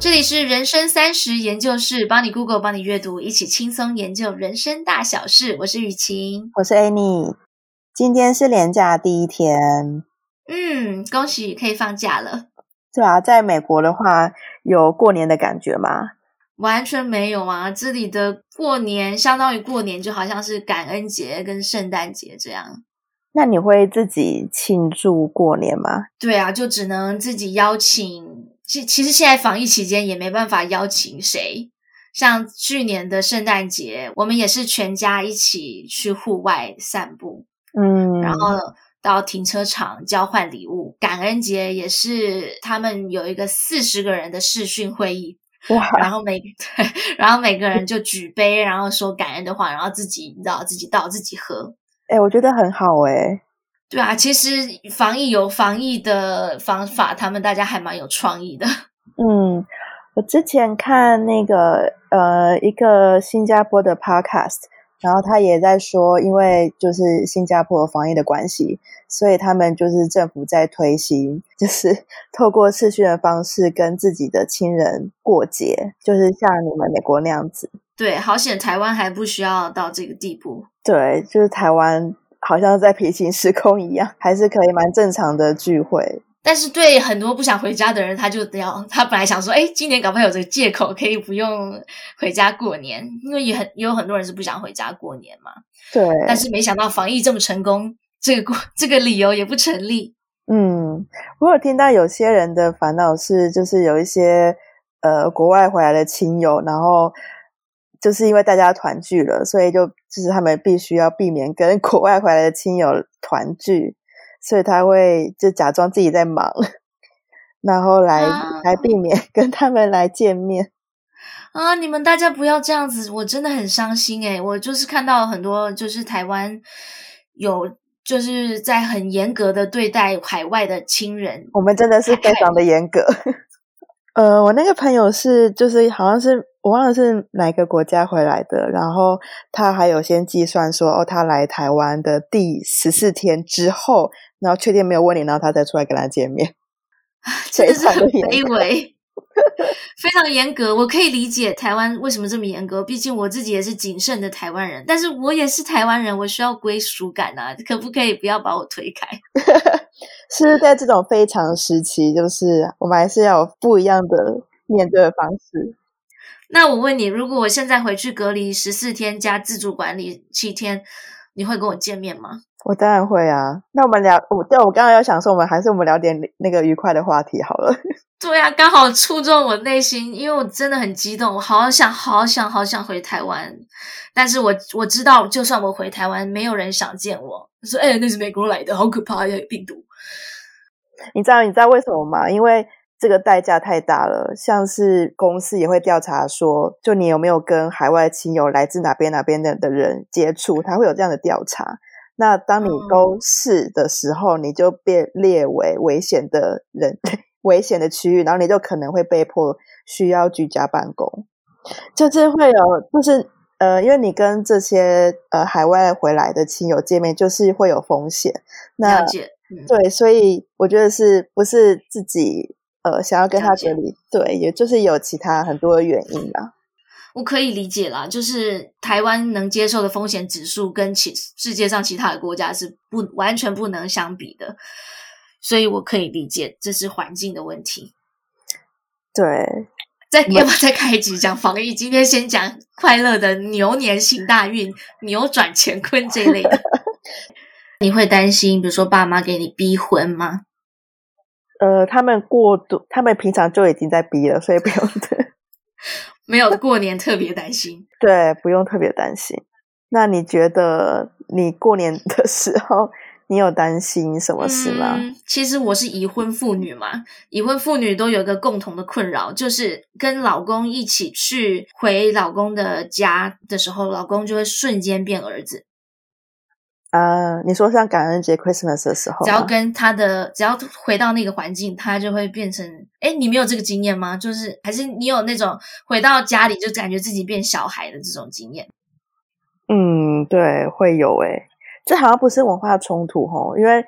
这里是人生30研究室，帮你 Google 帮你阅读，一起轻松研究人生大小事。我是雨晴， 我是 Annie。今天是连假第一天， 恭喜可以放假了。 对啊，在美国的话有过年的感觉吗？ 完全没有啊，这里的过年相当于过年，就好像是感恩节跟圣诞节这样。 那你会自己庆祝过年吗？ 对啊，就只能自己邀请，其实现在防疫期间也没办法邀请谁。像去年的圣诞节，我们也是全家一起去户外散步，然后到停车场交换礼物。感恩节也是他们有一个40个人的视讯会议，然后每个人就举杯，然后说感恩的话，然后自己倒自己喝。 我觉得很好对啊，其实防疫有防疫的方法，他们大家还蛮有创意的。 我之前看那个一个新加坡的 podcast， 然后他也在说，因为就是新加坡防疫的关系，所以他们就是政府在推行，就是透过视讯的方式跟自己的亲人过节，就是像你们美国那样子。 对，好险台湾还不需要到这个地步。 对，就是台湾好像在平行时空一样，还是可以蛮正常的聚会。 但是对很多不想回家的人，他本来想说，今年搞不好有这个借口可以不用回家过年，因为也有很多人是不想回家过年嘛。 对， 但是没想到防疫这么成功，这个理由也不成立。 我有听到有些人的烦恼是，就是有一些国外回来的亲友，然后就是因为大家团聚了，所以就是他们必须要避免跟国外回来的亲友团聚，所以他会就假装自己在忙，然后来避免跟他们来见面。 你们大家不要这样子，我真的很伤心我就是看到很多就是台湾有就是在很严格的对待海外的亲人， 我们真的是非常的严格。我那个朋友就是好像是我忘了是哪个国家回来的，然后他还有先计算说他来台湾的第14天之后，然后确定没有问题，然后他再出来跟他见面。 真的是很卑微。非常严格，我可以理解台湾为什么这么严格，毕竟我自己也是谨慎的台湾人，但是我也是台湾人，我需要归属感啊，可不可以不要把我推开？ 是在这种非常时期，就是我们还是要有不一样的面对的方式。 那我问你，如果我现在回去隔离14天加自主管理7天，你会跟我见面吗？ 我当然会啊。那我们我刚刚有想说，我们聊点那个愉快的话题好了。 对啊，刚好触中我内心，因为我真的很激动，我好想回台湾，但是我知道，就算我回台湾，没有人想见我，说那是美国来的，好可怕呀，病毒。 你知道为什么吗？因为这个代价太大了，像是公司也会调查说，就你有没有跟海外亲友来自哪边的人接触，他会有这样的调查。那当你都是的时候，你就被列为危险的人。危险的区域，然后你就可能会被迫需要居家办公，就是会有，就是因为你跟这些海外回来的亲友见面，就是会有风险。那了解， 对，所以我觉得是不是自己想要跟他隔离，对，也就是有其他很多的原因啦。 我可以理解啦，就是台湾能接受的风险指数跟世界上其他的国家是完全不能相比的。所以我可以理解这是环境的问题。 对， 要不要再开一集讲防疫？今天先讲快乐的牛年行大运、扭转乾坤这一类的。你会担心比如说爸妈给你逼婚吗？ 他们平常就已经在逼了，所以不用的。 没有过年特别担心。 对，不用特别担心。那你觉得你过年的时候你有担心什么事吗？ 其实我是已婚妇女嘛，已婚妇女都有一个共同的困扰，就是跟老公一起回老公的家的时候，老公就会瞬间变儿子。 你说像感恩节 Christmas 的时候， 只要回到那个环境，他就会变成你没有这个经验吗？就是还是你有那种回到家里就感觉自己变小孩的这种经验？ 对，会有这好像不是文化冲突因为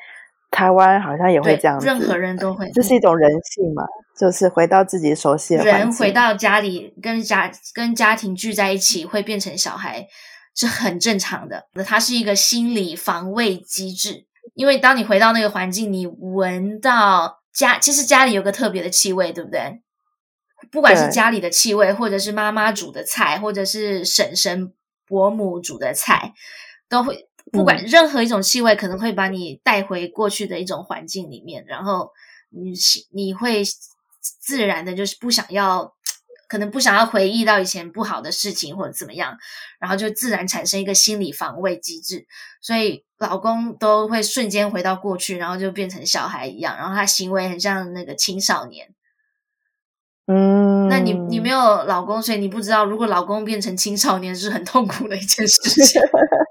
台湾好像也会对这样子， 任何人都会， 这是一种人性嘛，就是回到自己熟悉的环境， 人回到家里跟家庭聚在一起会变成小孩是很正常的，它是一个心理防卫机制。因为当你回到那个环境，你闻到其实家里有个特别的气味，对不对？不管是家里的气味，或者是妈妈煮的菜，或者是婶婶伯母煮的菜，都会不管任何一种气味可能会把你带回过去的一种环境里面，然后你会自然的就是可能不想要回忆到以前不好的事情或者怎么样，然后就自然产生一个心理防卫机制，所以老公都会瞬间回到过去，然后就变成小孩一样，然后他行为很像那个青少年。那你没有老公，所以你不知道如果老公变成青少年是很痛苦的一件事情。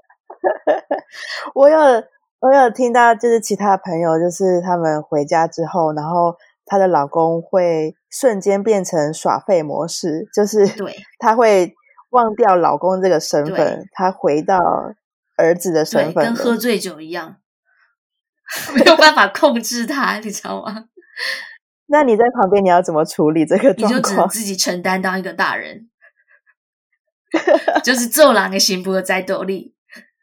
我有听到就是其他朋友，就是他们回家之后，然后她的老公会瞬间变成耍废模式，就是对， 他会忘掉老公这个身份，他回到儿子的身份， 对，跟喝醉酒一样，没有办法控制他，你知道吗？ 那你在旁边你要怎么处理这个状况？ 你就只能自己承担，当一个大人。就是做人的心不在斗里。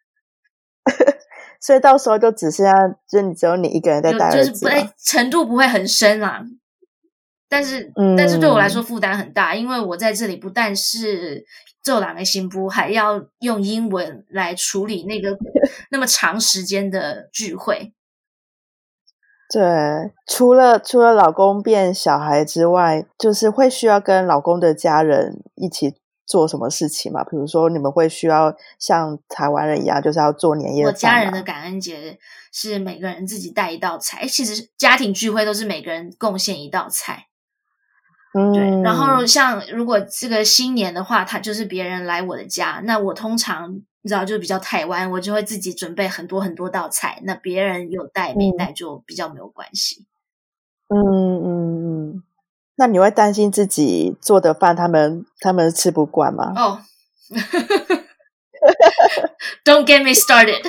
所以到时候就只剩下只有你一个人在带儿子， 就是程度不会很深啦，但是对我来说负担很大，因为我在这里不但是做人的心不，还要用英文来处理那个那么长时间的聚会。 对，除了老公变小孩之外，就是会需要跟老公的家人一起做什么事情吗？比如说你们会需要像台湾人一样，就是要做年夜饭吗？ 我家人的感恩节是每个人自己带一道菜，其实家庭聚会都是每个人贡献一道菜。对，然后像如果这个新年的话，他就是别人来我的家，那我通常你知道就比较台湾，我就会自己准备很多很多道菜，那别人有带没带就比较没有关系。 那你会担心自己做的饭他们吃不惯吗？ 哦Don't get me started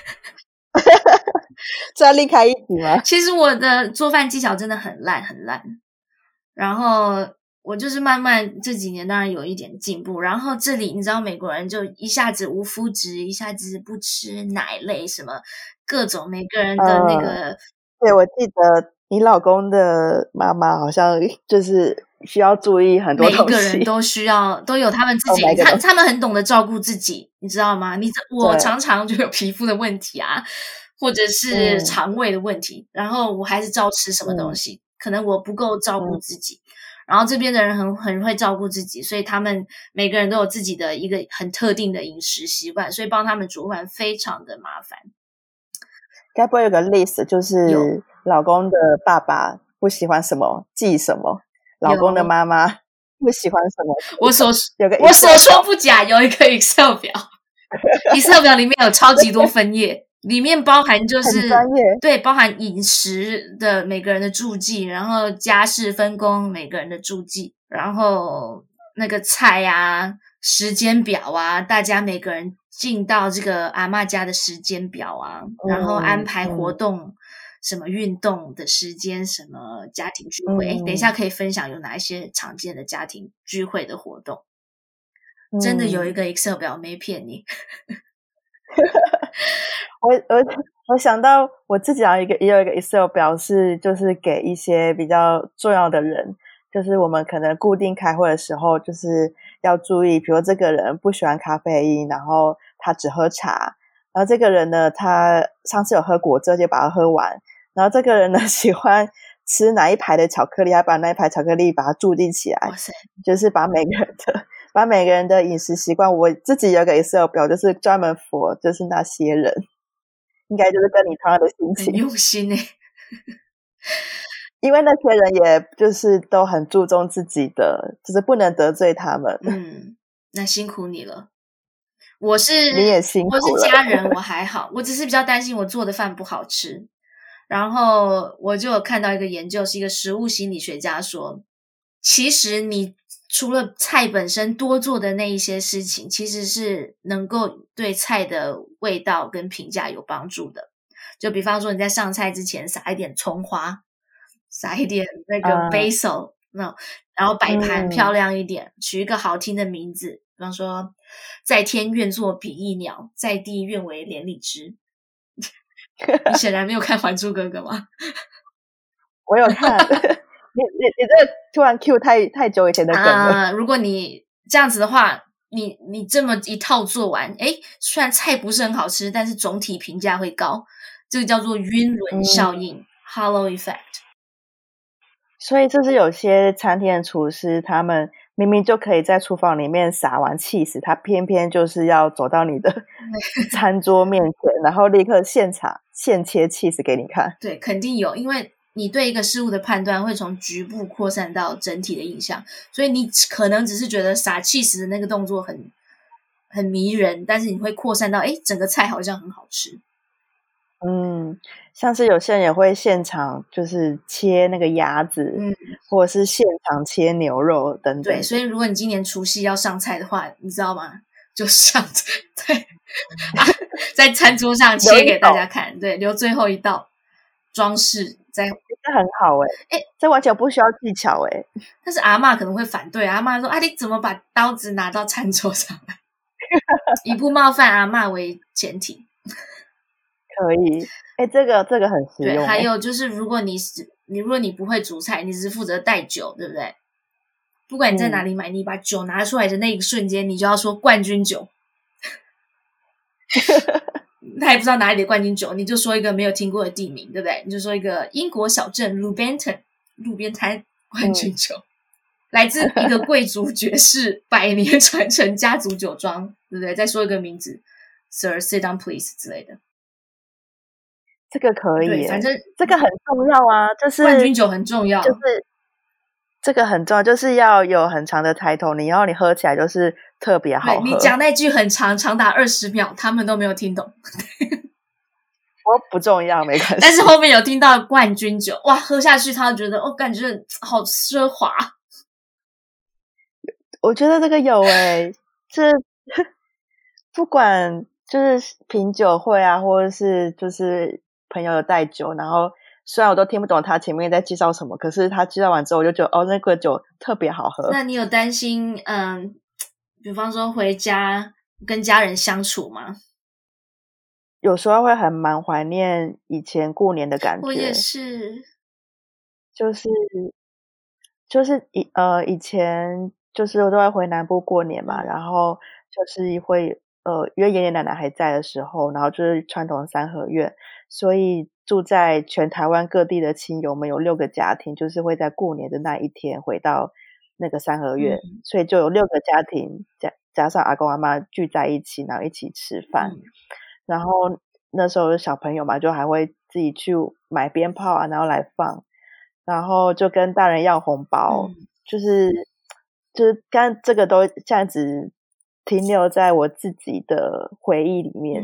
这要另开一集吗？ 其实我的做饭技巧真的很烂很烂，然后我就是慢慢这几年当然有一点进步，然后这里你知道美国人就一下子无麸质，一下子不吃奶类，什么各种每个人的那个对，我记得你老公的妈妈好像就是需要注意很多东西， 每一个人都需要都有他们自己他们很懂得照顾自己，你知道吗？我常常就有皮肤的问题啊，或者是肠胃的问题，然后我还是照吃什么东西，可能我不够照顾自己，然后这边的人很会照顾自己，所以他们每个人都有自己的一个很特定的饮食习惯，所以帮他们煮饭非常的麻烦。 该不会有个 list 就是老公的爸爸不喜欢什么记什么，老公的妈妈不喜欢什么，我所说不假，有一个 Excel 表Excel 表里面有超级多分页，里面包含就是对，包含饮食的每个人的注记，然后家事分工每个人的注记，然后那个菜啊时间表啊，大家每个人进到这个阿嬷家的时间表啊，然后安排活动，什么运动的时间，什么家庭聚会，等一下可以分享有哪一些常见的家庭聚会的活动。真的有一个 Excel 表，没骗你。 我想到我自己也有一个 Excel 表，就是给一些比较重要的人，就是我们可能固定开会的时候，就是要注意，比如这个人不喜欢咖啡因，然后他只喝茶，然后这个人呢，他上次有喝果汁就把它喝完，然后这个人呢喜欢吃哪一排的巧克力，还把那一排巧克力把它注记起来，就是把每个人的饮食习惯，我自己有个 Excel 表，就是专门 for 就是那些人，应该就是跟你同样的心情， 很用心欸因为那些人也就是都很注重自己的，就是不能得罪他们。 那辛苦你了。 你也辛苦了。 我是家人，我还好，我只是比较担心我做的饭不好吃。然后我就有看到一个研究，是一个食物心理学家说，其实你除了菜本身多做的那一些事情，其实是能够对菜的味道跟评价有帮助的。 就比方说你在上菜之前撒一点葱花，撒一点那个 basil，然后摆盘漂亮一点，取一个好听的名字，比方说在天愿作比翼鸟，在地愿为连理枝。你显然没有看《还珠格格》吗？ 我有看。你这个突然 Q 太久以前的梗了。 如果你这样子的话，你这么一套做完，虽然菜不是很好吃，但是总体评价会高，这个叫做晕轮效应、Halo Effect。 所以这是有些餐厅的厨师，他们明明就可以在厨房里面撒完起司，他偏偏就是要走到你的餐桌面前，然后立刻现切起司给你看。 对，肯定有，因为你对一个事物的判断会从局部扩散到整体的印象，所以你可能只是觉得撒起司的那个动作很迷人，但是你会扩散到整个菜好像很好吃。 像是有些人也会现场就是切那个鸭子，或者是现场切牛肉等等。 对，所以如果你今年除夕要上菜的话，你知道吗？就上在餐桌上切给大家看，对，留最后一道装饰。这很好这完全不需要技巧但是阿嬷可能会反对，阿嬷说你怎么把刀子拿到餐桌上来？以不冒犯阿嬷为前提。 可以，这个很实用。 对，还有就是如果你不会煮菜，你只是负责带酒，对不对？不管你在哪里买，你把酒拿出来的那一瞬间，你就要说冠军酒。他也不知道哪里的冠军酒，你就说一个没有听过的地名，对不对？你就说一个英国小镇 Lubenton 路边摊冠军酒，来自一个贵族爵士百年传承家族酒庄，对不对？再说一个名字 Sir sit down please 之类的。 这个可以反正这个很重要啊，就是冠军酒很重要， 就是这个很重要，就是要有很长的抬头，然后你喝起来就是特别好喝。 你讲那句很长，长达20秒，他们都没有听懂。 我不重要，没关系。 但是后面有听到冠军酒，哇，喝下去他觉得感觉好奢华。 我觉得这个有这不管就是品酒会啊，或者是就是朋友有带酒，然后虽然我都听不懂他前面在介绍什么，可是他介绍完之后我就觉得那个酒特别好喝。 那你有担心比方说回家跟家人相处吗？ 有时候会蛮怀念以前过年的感觉。 我也是， 就是以前就是我都会回南部过年嘛，然后就是会因为爷爷奶奶还在的时候，然后就是传统的三合院，所以住在全台湾各地的亲友们有6个家庭，就是会在过年的那一天回到那个三合院，所以就有6个家庭加上阿公阿嬷聚在一起，然后一起吃饭。然后那时候小朋友嘛，就还会自己去买鞭炮啊，然后来放，然后就跟大人要红包，就是刚这个都这样子停留在我自己的回忆里面。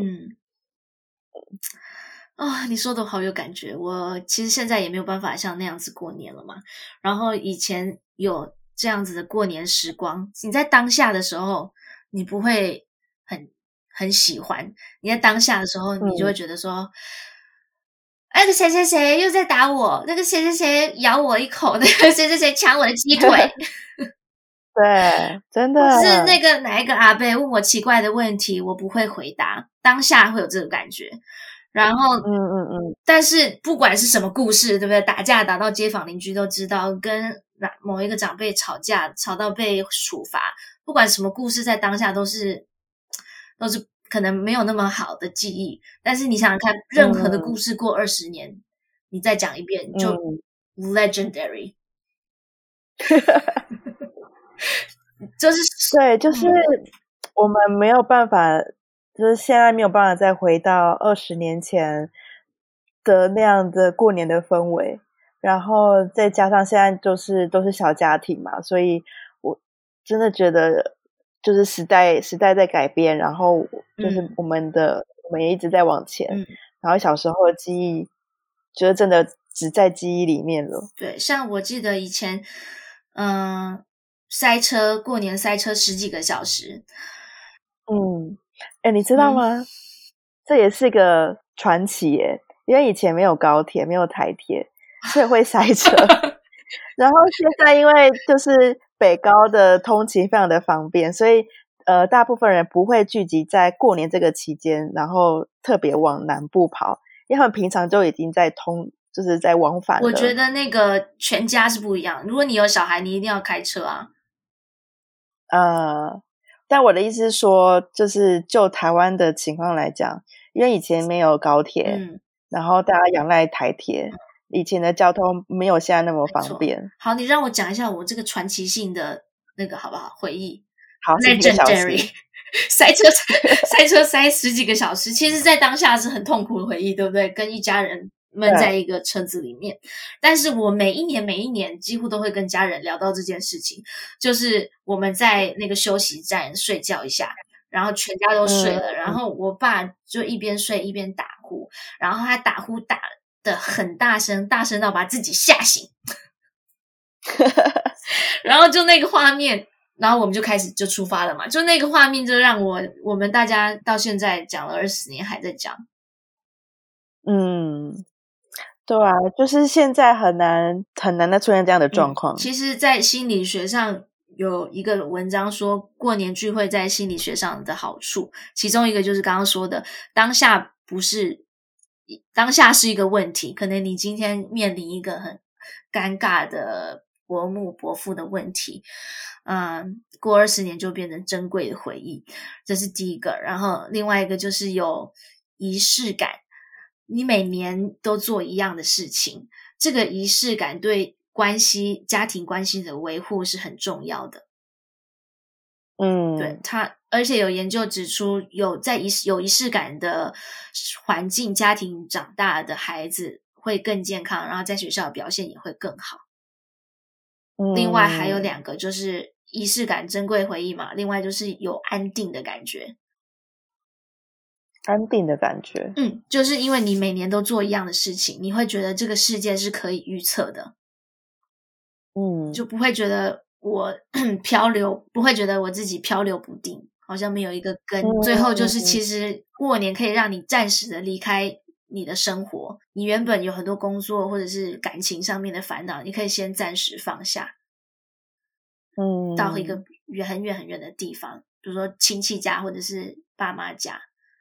你说的好有感觉。我其实现在也没有办法像那样子过年了嘛。然后以前有这样子的过年时光，你在当下的时候，你不会很喜欢。你在当下的时候，你就会觉得说，那个谁谁谁又在打我，那个谁谁谁咬我一口，那个谁谁谁抢我的鸡腿。 对，真的是那个哪一个阿伯问我奇怪的问题，我不会回答，当下会有这个感觉。然后但是不管是什么故事，对不对？打架打到街坊邻居都知道，跟某一个长辈吵架吵到被处罚，不管什么故事，在当下都是可能没有那么好的记忆。但是你想想看，任何的故事过20年，你再讲一遍就 legendary。就是对，就是我们没有办法，就是现在没有办法再回到20年前的那样的过年的氛围，然后再加上现在就是都是小家庭嘛，所以我真的觉得就是时代在改变，然后就是我们也一直在往前，然后小时候的记忆觉得真的只在记忆里面了。 对，像我记得以前过年塞车10几个小时。 你知道吗？这也是个传奇耶。 因为以前没有高铁，没有台铁，所以会塞车。然后现在因为就是北高的通勤非常的方便，所以大部分人不会聚集在过年这个期间，然后特别往南部跑，因为他们平常就已经在就是在往返了。 我觉得那个全家是不一样，如果你有小孩，你一定要开车啊。 但我的意思是说，就是就台湾的情况来讲，因为以前没有高铁，然后大家仰赖台铁，以前的交通没有现在那么方便。 好，你让我讲一下我这个传奇性的那个好不好？回忆。 好，10几个小时塞车塞10几个小时，其实在当下是很痛苦的回忆，对不对？跟一家人闷在一个车子里面。但是我每一年几乎都会跟家人聊到这件事情，就是我们在那个休息站睡觉一下，然后全家都睡了，然后我爸就一边睡一边打呼，然后他打呼打得很大声，大声到把自己吓醒。然后就那个画面，然后我们就开始就出发了嘛，就那个画面就让我们大家到现在讲了20年还在讲。 对啊，就是现在很难的出现这样的状况。 其实在心理学上有一个文章说过年聚会在心理学上的好处，其中一个就是刚刚说的当下是一个问题，可能你今天面临一个很尴尬的伯母伯父的问题，过20年就变成珍贵的回忆，这是第一个。然后另外一个就是有仪式感，你每年都做一样的事情，这个仪式感对家庭关系的维护是很重要的。对，而且有研究指出，有仪式感的环境家庭长大的孩子会更健康，然后在学校表现也会更好。另外还有2个，就是仪式感珍贵回忆嘛，另外就是有安定的感觉。就是因为你每年都做一样的事情，你会觉得这个世界是可以预测的。就不会觉得我漂流，不会觉得我自己漂流不定，好像没有一个根。最后就是其实过年可以让你暂时的离开你的生活，你原本有很多工作或者是感情上面的烦恼，你可以先暂时放下，到一个很远很远的地方，比如说亲戚家或者是爸妈家。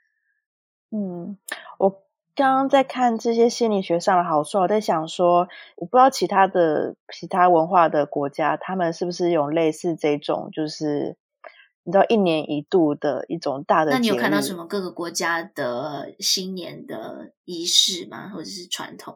我刚刚在看这些心理学上的好处，我在想说，我不知道其他文化的国家，他们是不是有类似这种，就是你知道1年1度的一种大的节日。 那你有看到什么各个国家的新年的仪式吗？或者是传统？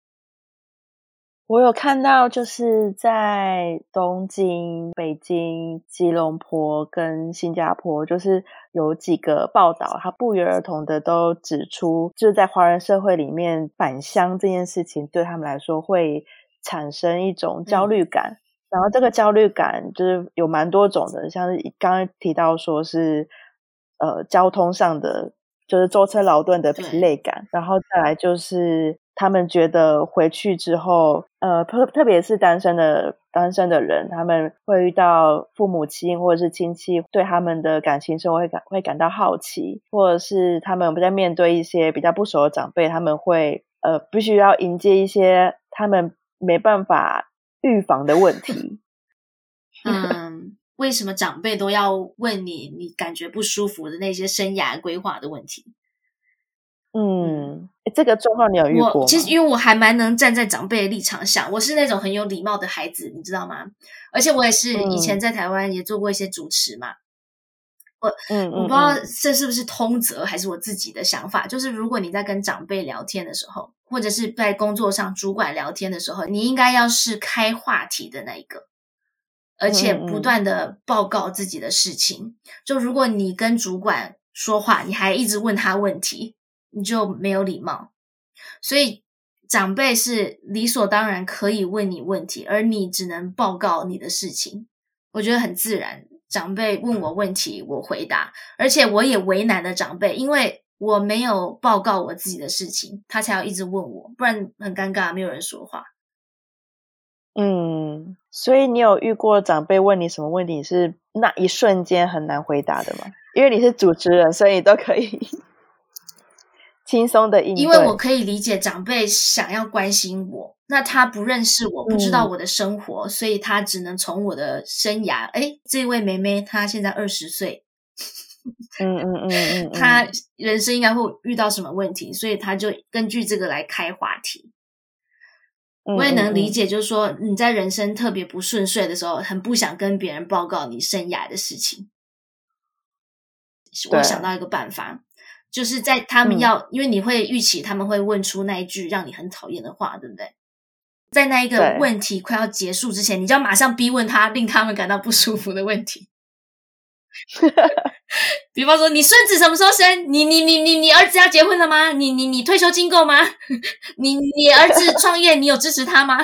我有看到，就是在东京、北京、吉隆坡跟新加坡，就是有几个报道，它不约而同的都指出，就是在华人社会里面，返乡这件事情对他们来说会产生一种焦虑感。然后这个焦虑感就是有蛮多种的，像是刚刚提到说是交通上的，就是舟车劳顿的疲累感，然后再来就是他们觉得回去之后，特别是单身的人，他们会遇到父母亲或者是亲戚对他们的感情生活会感到好奇，或者是他们在面对一些比较不熟的长辈，他们会必须要迎接一些他们没办法预防的问题。 为什么长辈都要问你感觉不舒服的那些生涯规划的问题？ 这个状况你有遇过吗？ 其实因为我还蛮能站在长辈的立场想，我是那种很有礼貌的孩子，你知道吗？而且我也是以前在台湾也做过一些主持嘛。我不知道这是不是通则还是我自己的想法，就是如果你在跟长辈聊天的时候，或者是在工作上主管聊天的时候，你应该要是开话题的那一个，而且不断的报告自己的事情。就如果你跟主管说话，你还一直问他问题，你就没有礼貌。所以长辈是理所当然可以问你问题，而你只能报告你的事情，我觉得很自然。长辈问我问题我回答，而且我也为难了长辈，因为我没有报告我自己的事情，他才要一直问我，不然很尴尬，没有人说话。 所以你有遇过长辈问你什么问题是那一瞬间很难回答的吗？因为你是主持人，所以你都可以轻松的应对。 因为我可以理解长辈想要关心我，那他不认识我，不知道我的生活，所以他只能从我的生涯，这位妹妹她现在20岁，她人生应该会遇到什么问题，所以他就根据这个来开话题。我也能理解，就是说你在人生特别不顺遂的时候，很不想跟别人报告你生涯的事情。我想到一个办法，就是在他们因为你会预期他们会问出那一句让你很讨厌的话，对不对？在那一个问题快要结束之前，你就要马上逼问他令他们感到不舒服的问题。比方说，你孙子什么时候生？你儿子要结婚了吗？你退休金够吗？你儿子创业，你有支持他吗？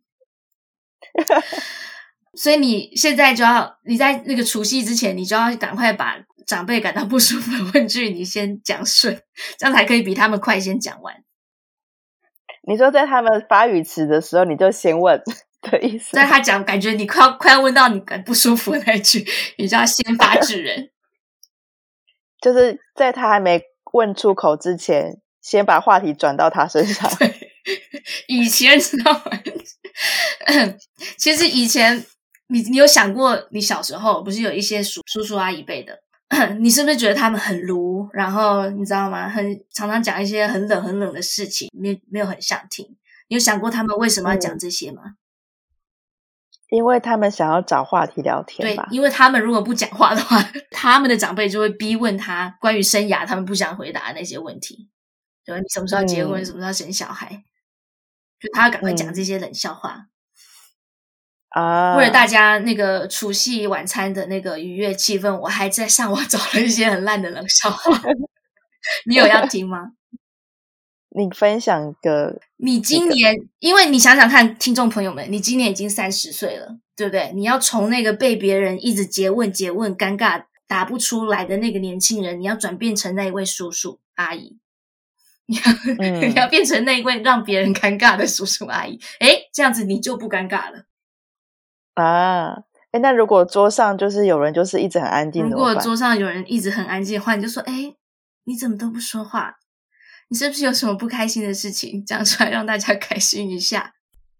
所以你现在你在那个除夕之前，你就要赶快把长辈感到不舒服的问句你先讲顺，这样才可以比他们快先讲完。 你说在他们发语词的时候，你就先问的意思？ 在他讲感觉你快要问到你不舒服的那一句，你就要先发制人。 就是在他还没问出口之前，先把话题转到他身上。 以前知道吗？其实以前你有想过，你小时候不是有一些叔叔阿姨辈的，你是不是觉得他们很鲁？然后你知道吗？常常讲一些很冷的事情，没有很想听。你有想过他们为什么要讲这些吗？ 因为他们想要找话题聊天吧。 对，因为他们如果不讲话的话，他们的长辈就会逼问他关于生涯他们不想回答的那些问题，就你什么时候结婚，什么时候生小孩，就他要赶快讲这些冷笑话啊。为了大家那个除夕晚餐的那个愉悦气氛，我还在上网找了一些很烂的冷笑话。你有要听吗？ 你分享个， 你今年，因为你想想看，听众朋友们，你今年已经30岁了，对不对？你要从那个被别人一直诘问、尴尬答不出来的那个年轻人，你要转变成那一位叔叔阿姨，你要变成那一位让别人尴尬的叔叔阿姨。这样子你就不尴尬了啊。那如果桌上就是有人就是一直很安静， 如果桌上有人一直很安静的话，你就说，你怎么都不说话？你是不是有什么不开心的事情讲出来让大家开心一下？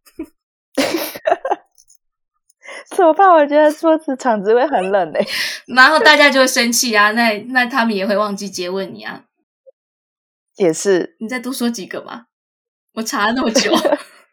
怎么办？我觉得桌子场子会很冷然后大家就会生气啊，那他们也会忘记诘问你啊。 也是， 你再多说几个嘛，我查了那么久。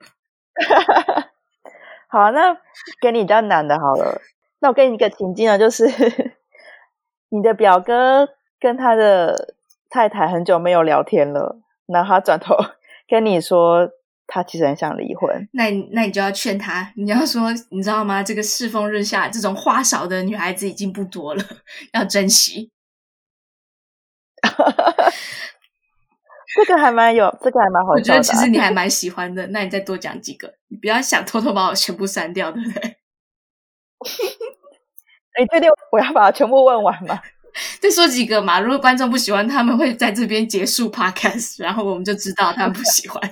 好，那给你比较难的好了。那我给你一个情境呢，就是你的表哥跟他的太太很久没有聊天了，然后他转头跟你说他其实很想离婚。 那你就要劝他，你要说，你知道吗？这个世风日下，这种话少的女孩子已经不多了，要珍惜。 这个还蛮好笑的。 我觉得其实你还蛮喜欢的，那你再多讲几个，你不要想偷偷把我全部删掉，对不对？ 你确定我要把它全部问完吗？ 再说几个嘛，如果观众不喜欢，他们会在这边结束 podcast， 然后我们就知道他们不喜欢。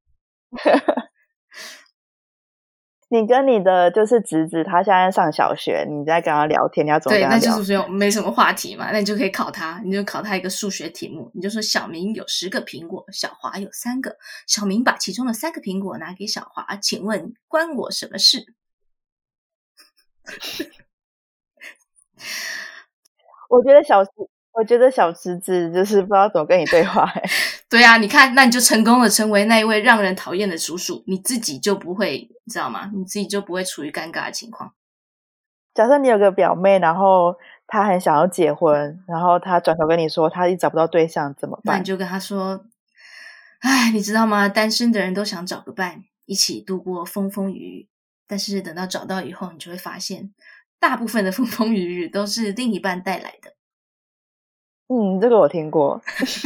你跟你的就是侄子，他现在上小学，你在跟他聊天，你要怎么跟他聊？ 对，那就是没什么话题嘛，那你就可以考他，你就考他一个数学题目，你就说小明有10个苹果，小华有3个，小明把其中的3个苹果拿给小华，请问关我什么事？ 我觉得小侄子就是不知道怎么跟你对话。 对啊，你看，那你就成功的成为那一位让人讨厌的叔叔，你自己就不会，你知道吗？你自己就不会处于尴尬的情况。 假设你有个表妹，然后她很想要结婚，然后她转头跟你说她一直找不到对象怎么办？ 那你就跟她说，你知道吗？单身的人都想找个伴，一起度过风风雨雨，但是等到找到以后，你就会发现大部分的风风雨雨都是另一半带来的。 这个我听过。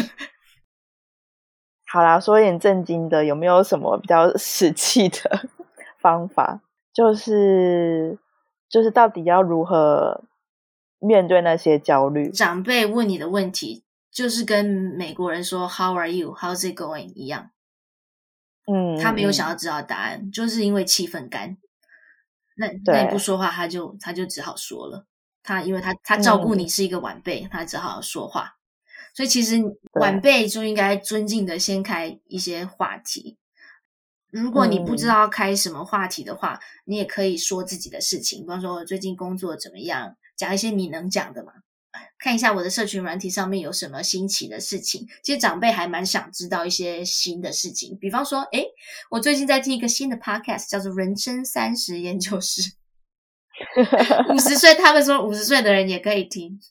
好啦，说点正经的，有没有什么比较实际的方法？就是到底要如何面对那些焦虑？ 长辈问你的问题，就是跟美国人说 How are you? How's it going? 一样。他没有想要知道答案，就是因为气氛干。那你不说话，他就只好说了。因为他照顾你是一个晚辈，他只好说话。 所以其实晚辈就应该尊敬的先开一些话题。如果你不知道开什么话题的话，你也可以说自己的事情，比方说最近工作怎么样，讲一些你能讲的嘛。看一下我的社群软体上面有什么新奇的事情，其实长辈还蛮想知道一些新的事情，比方说我最近在听一个新的 podcast 叫做人生30研究室50岁他们说50岁的人也可以听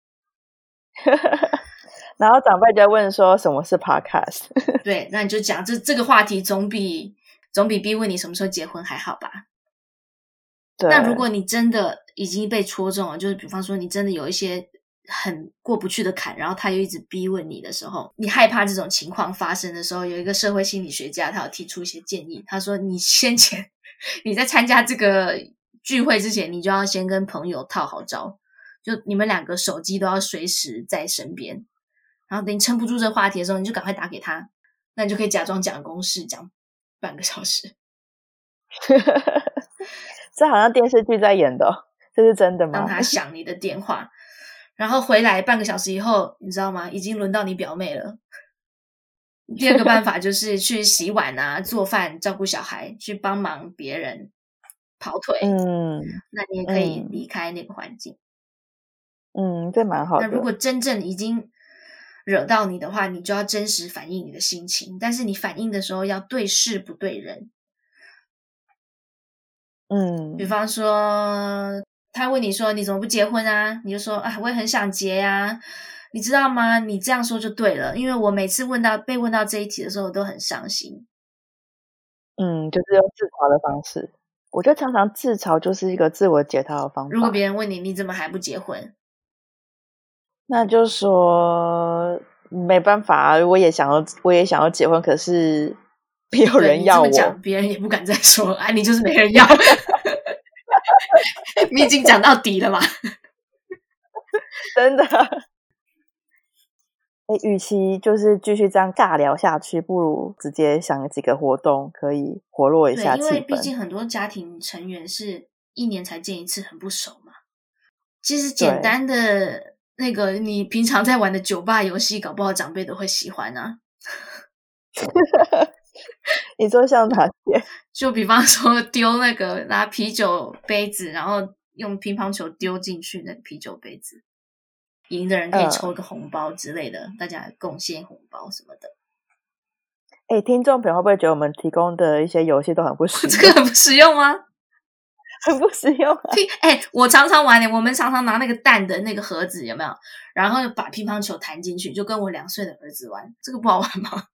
然后长辈就问说什么是 podcast 对，那你就讲这个话题总比逼问你什么时候结婚还好吧。 对， 那如果你真的已经被戳中了，就是比方说你真的有一些很过不去的坎，然后他又一直逼问你的时候，你害怕这种情况发生的时候，有一个社会心理学家他有提出一些建议，他说你先前你在参加这个聚会之前，你就要先跟朋友套好招，就你们2个手机都要随时在身边，然后等你撑不住这个话题的时候，你就赶快打给他，那你就可以假装讲公事，讲半个小时这好像电视剧在演的这是真的吗？ 让他响你的电话，然后回来半个小时以后，你知道吗？已经轮到你表妹了。第二个办法就是去洗碗啊、做饭、照顾小孩，去帮忙别人跑腿。那你也可以离开那个环境。 这蛮好的。 那如果真正已经惹到你的话，你就要真实反映你的心情，但是你反应的时候要对事不对人。比方说他问你说你怎么不结婚啊，你就说我也很想结啊，你知道吗？你这样说就对了，因为我每次被问到这一题的时候我都很伤心。 就是用自嘲的方式，我觉得常常自嘲就是一个自我解套的方法。 如果别人问你怎么还不结婚， 那就说没办法，我也想要结婚，可是没有人要我。 你这么讲别人也不敢再说你就是没人要你已经讲到底了嘛真的与其就是继续这样尬聊下去，不如直接想几个活动可以活络一下气氛。 因为毕竟很多家庭成员是1年才见一次，很不熟嘛。其实简单的那个你平常在玩的酒吧游戏，搞不好长辈都会喜欢啊你说像哪些？ 就比方说丢那个拿啤酒杯子，然后用乒乓球丢进去那个啤酒杯子，赢的人可以抽一个红包之类的，大家贡献红包什么的。 听众朋友会不会觉得我们提供的一些游戏都很不实用？ 这个很不实用吗？ 很不实用我常常玩我们常常拿那个蛋的那个盒子有没有，然后把乒乓球弹进去，就跟我2岁的儿子玩，这个不好玩吗？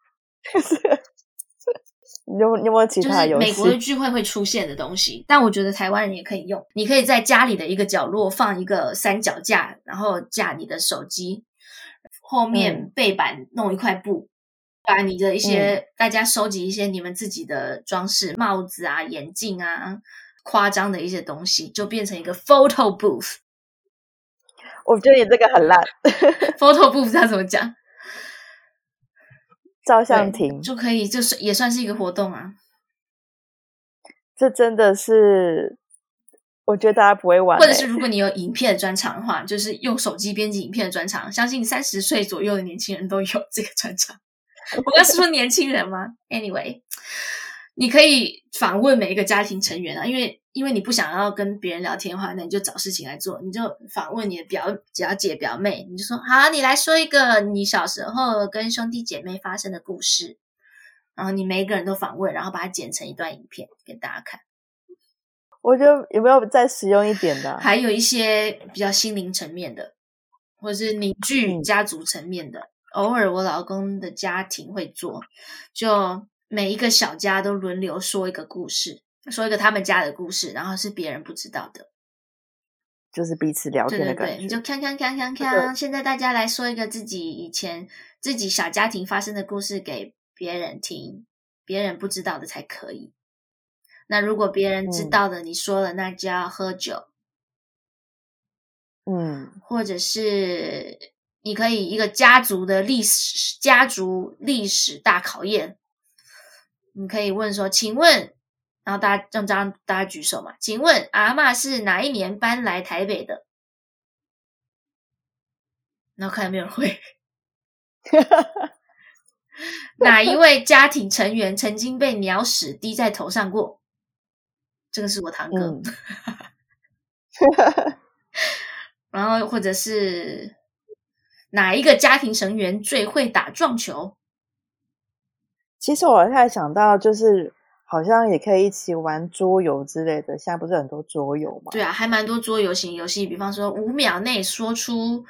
你有没有其他游戏？ 就是美国的聚会会出现的东西，但我觉得台湾人也可以用。你可以在家里的一个角落放一个三脚架，然后架你的手机，后面背板弄一块布，把你的一些大家收集一些你们自己的装饰，帽子啊、眼镜啊，夸张的一些东西，就变成一个 photo booth。 我觉得你这个很烂 photo booth 要怎么讲？ 照相亭就可以，就是也算是一个活动啊。 这真的是我觉得大家不会玩或者是如果你有影片的专长的话，就是用手机编辑影片的专长，相信30岁左右的年轻人都有这个专长。我刚是说年轻人吗？ Anyway， 你可以访问每一个家庭成员啊，因为你不想要跟别人聊天的话，那你就找事情来做，你就访问你的表姐表妹，你就说好，你来说一个你小时候跟兄弟姐妹发生的故事，然后你每一个人都访问，然后把它剪成一段影片给大家看。 我觉得有没有再实用一点的还有一些比较心灵层面的，或者是凝聚家族层面的，偶尔我老公的家庭会做，就每一个小家都轮流说一个故事，说一个他们家的故事，然后是别人不知道的， 就是彼此聊天的感觉。 对，你就看，现在大家来说一个自己以前自己小家庭发生的故事给别人听，别人不知道的才可以。那如果别人知道的你说了，那就要喝酒。或者是你可以一个家族历史大考验，你可以问说，请问，然后让大家举手嘛，请问阿嬷是哪一年搬来台北的？然后看有没有人会哪一位家庭成员曾经被鸟屎滴在头上过？这个是我堂哥。然后或者是哪一个家庭成员最会打撞球？ 其实我在想到，就是好像也可以一起玩桌游之类的，现在不是很多桌游吗？ 对啊，还蛮多桌游型游戏，比方说5秒内说出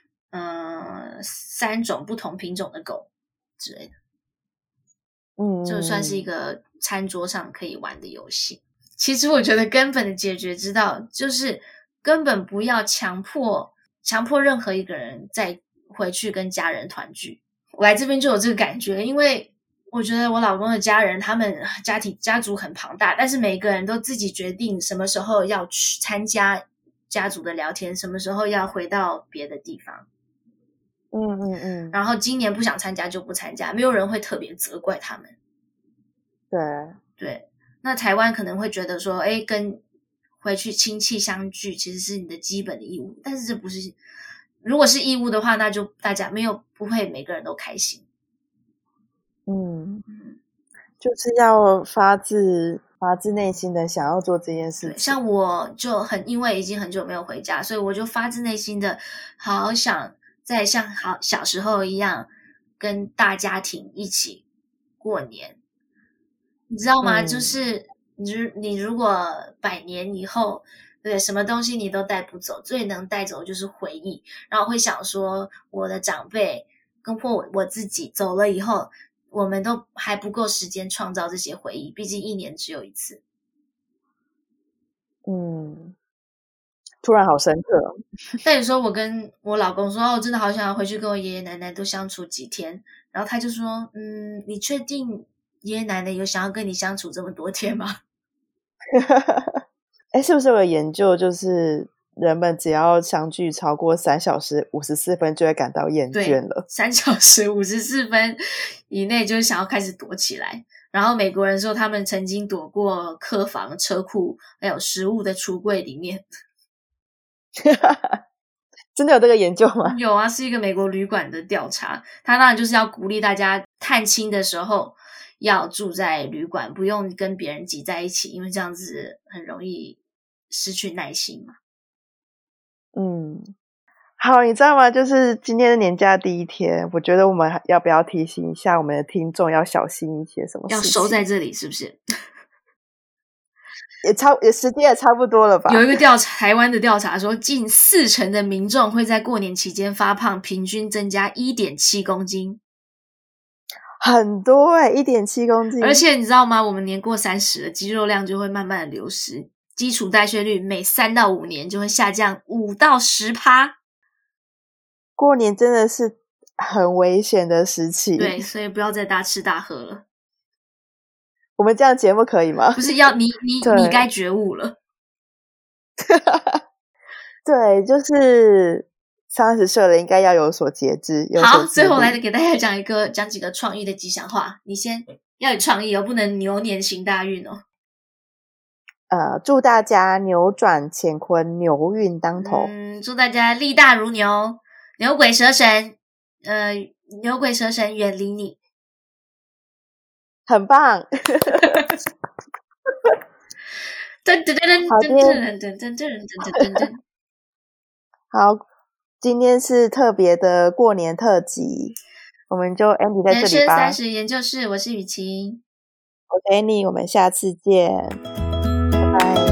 3种不同品种的狗之类的。就算是一个餐桌上可以玩的游戏。其实我觉得根本的解决之道就是根本不要强迫任何一个人再回去跟家人团聚。我来这边就有这个感觉，因为我觉得我老公的家人他们家族很庞大，但是每个人都自己决定什么时候要去参加家族的聊天，什么时候要回到别的地方。然后今年不想参加就不参加，没有人会特别责怪他们。对，那台湾可能会觉得说，跟回去亲戚相聚其实是你的基本的义务，但是这不是，如果是义务的话，那就大家不会每个人都开心。 就是要发自内心的想要做这件事情。 像我就因为已经很久没有回家，所以我就发自内心的好想再像小时候一样跟大家庭一起过年。你知道吗？就是你如果100年以后，对，什么东西你都带不走，最能带走就是回忆。然后会想说，我的长辈跟我自己走了以后，我们都还不够时间创造这些回忆，毕竟1年只有一次。 突然好深刻。 但有时候我跟我老公说，我真的好想要回去跟我爷爷奶奶都相处几天，然后他就说，你确定爷爷奶奶有想要跟你相处这么多天吗？ 是不是有个研究，就是人们只要相聚超过3小时54分就会感到厌倦了 ？3小时54分以内就想要开始躲起来。然后美国人说他们曾经躲过客房、车库还有食物的橱柜里面。 真的有这个研究吗？ 有啊，是一个美国旅馆的调查。他当然就是要鼓励大家探亲的时候要住在旅馆，不用跟别人挤在一起，因为这样子很容易失去耐心嘛。 好，你知道吗？就是今天的年假第一天，我觉得我们要不要提醒一下我们的听众要小心一些什么事情？ 要守在这里是不是？ 时间也差不多了吧？ 有一个台湾的调查说，近40%的民众会在过年期间发胖，平均增加 1.7 公斤。 很多1.7 公斤。 而且你知道吗？我们年过30了，肌肉量就会慢慢的流失，基础代谢率每3到5年就会下降5到10%。 过年真的是很危险的时期。 对，所以不要再大吃大喝了。 我们这样节目可以吗？ 不是你该觉悟了。 对，就是30岁了应该要有所节制。 好，最后来给大家讲几个创意的吉祥话。你先要有创意哦，不能牛年行大运哦。 祝大家扭转乾坤，牛运当头。 祝大家力大如牛，牛鬼蛇神远离你。 很棒。好，今天是特别的过年特辑，我们就 end 在这里吧。 人生30研究室，我是雨晴， 我是 Annie，我们下次见，拜拜。